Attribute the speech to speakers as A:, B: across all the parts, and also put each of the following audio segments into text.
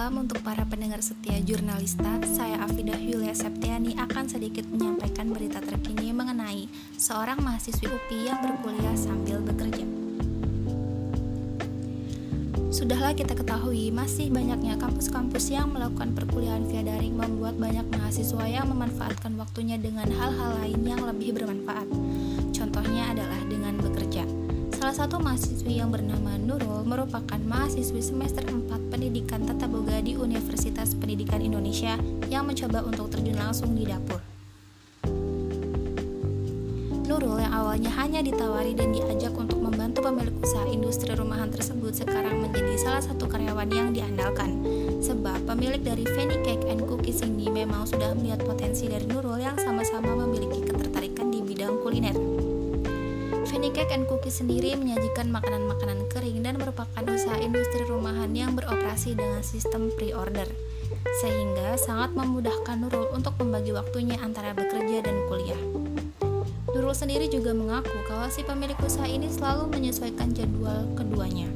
A: Salam untuk para pendengar setia Jurnalista. Saya Afidah Yulia Septiani akan sedikit menyampaikan berita terkini mengenai seorang mahasiswi UPI yang berkuliah sambil bekerja. Sudahlah kita ketahui, masih banyaknya kampus-kampus yang melakukan perkuliahan via daring membuat banyak mahasiswa yang memanfaatkan waktunya dengan hal-hal lain yang lebih bermanfaat. Contohnya adalah dengan bekerja. Salah satu mahasiswi yang bernama Nurul merupakan mahasiswi semester 4 Pendidikan Tata Boga di Universitas Pendidikan Indonesia yang mencoba untuk terjun langsung di dapur. Nurul yang awalnya hanya ditawari dan diajak untuk membantu pemilik usaha industri rumahan tersebut sekarang menjadi salah satu karyawan yang diandalkan. Sebab pemilik dari Fanny Cake and Cookies ini memang sudah melihat potensi dari Nurul yang sama-sama memiliki ketertarikan di bidang kuliner. Fanny Cake and Cookies sendiri menyajikan makanan-makanan kering dan merupakan usaha industri rumahan yang beroperasi dengan sistem pre-order, sehingga sangat memudahkan Nurul untuk membagi waktunya antara bekerja dan kuliah. Nurul sendiri juga mengaku kalau si pemilik usaha ini selalu menyesuaikan jadwal keduanya.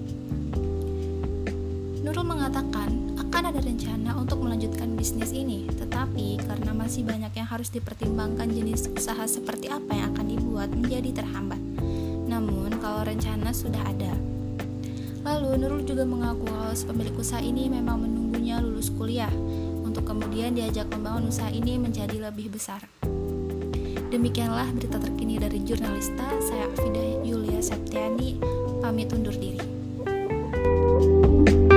A: Nurul mengatakan akan ada rencana untuk melanjutkan bisnis ini, tetapi karena masih banyak yang harus dipertimbangkan jenis usaha seperti apa yang akan dibuat menjadi terhambat. Namun kalau rencana sudah ada. Lalu Nurul juga mengaku kalau si pemilik usaha ini memang menunggunya lulus kuliah untuk kemudian diajak membangun usaha ini menjadi lebih besar. Demikianlah berita terkini dari Jurnalista. Saya Afidah Yulia Septiani, pamit undur diri.